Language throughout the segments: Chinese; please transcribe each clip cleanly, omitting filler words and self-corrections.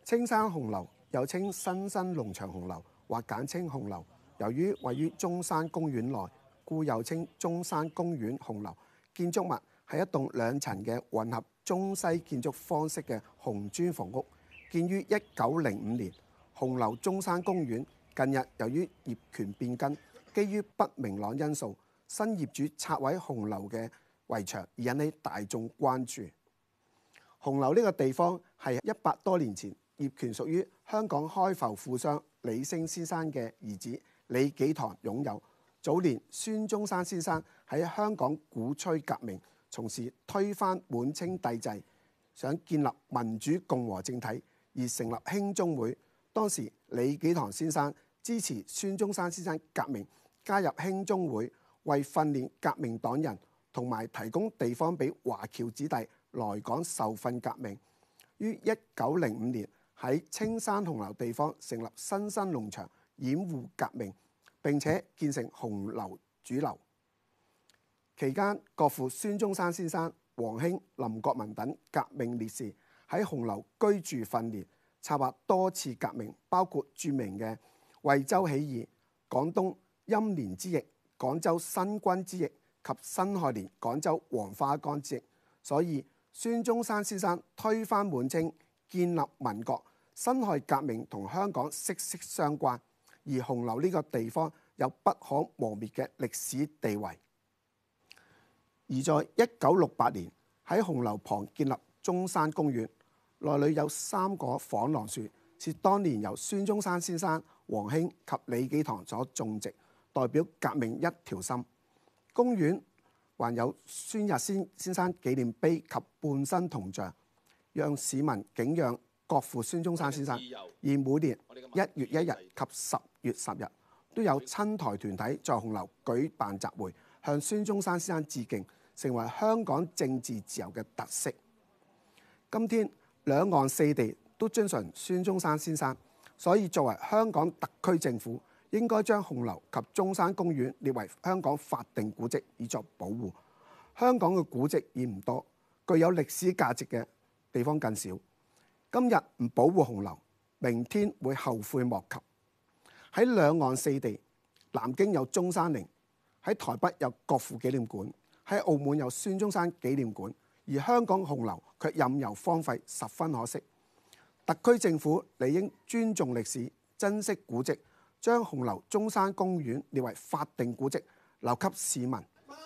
青山紅樓又稱新生農場紅樓或簡稱紅樓，由於位於中山公園內，故又稱中山公園紅樓。建築物係一棟2層嘅混合中西建築方式嘅紅磚房屋，建於1905年。紅樓中山公園近日由於業權變更，基於不明朗因素，新業主拆毀紅樓嘅圍牆，而引起大眾關注。紅樓呢個地方係100多年前業權屬於香港開埠富商李升先生嘅兒子李紀堂擁有。早年孫中山先生喺香港鼓吹革命，從事推翻滿清帝制，想建立民主共和政體，而成立興中會。當時李紀堂先生支持孫中山先生革命，加入興中會，為訓練革命黨人同埋提供地方俾華僑子弟來港受訓革命。於1905年喺青山紅樓地方成立新生農場，掩護革命，並且建成紅樓主樓。期間，國父孫中山先生、黃興、林國民等革命烈士喺紅樓居住訓練，策劃多次革命，包括著名嘅惠州起義、廣東欽年之役、廣州新軍之役及辛亥年廣州黃花崗之役。所以孫中山先生推翻滿清、建立民國，辛亥革命同香港息息相關，而紅樓呢個地方有不可磨滅嘅歷史地位。而在1968年喺紅樓旁建立中山公園，內裏有3棵紡廊樹，是當年由孫中山先生、黃興及李紀堂所種植，代表革命一條心。公園還有孫逸仙先生紀念碑及半身銅像，讓市民敬仰國父孫中山先生。而每年1月1日及10月10日都有親台團體在紅樓舉辦集會，向孫中山先生致敬，成為香港政治自由嘅特色。今天兩岸4地都遵循孫中山先生，所以作為香港特區政府，應該將紅樓及中山公園列為香港法定古蹟，以作保護。香港嘅古蹟已唔多，具有歷史價值嘅地方更少。今日唔保護紅樓，明天會後悔莫及。喺兩岸4地，南京有中山陵，喺台北有國父紀念館，喺澳門有孫中山紀念館，而香港紅樓卻任由荒廢，十分可惜。特區政府理應尊重歷史，珍惜古蹟，將紅樓中山公園列為法定古蹟，留給市民。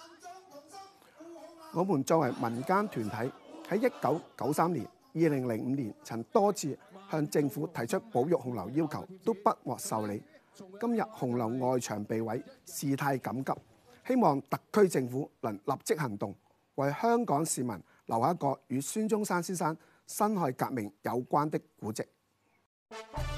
我們作為民間團體，喺1993年、2005年曾多次向政府提出保育紅樓要求，都不獲受理。今日紅樓外牆被毀，事態緊急，希望特區政府能立即行動，為香港市民留下一個與孫中山先生辛亥革命有關的古蹟。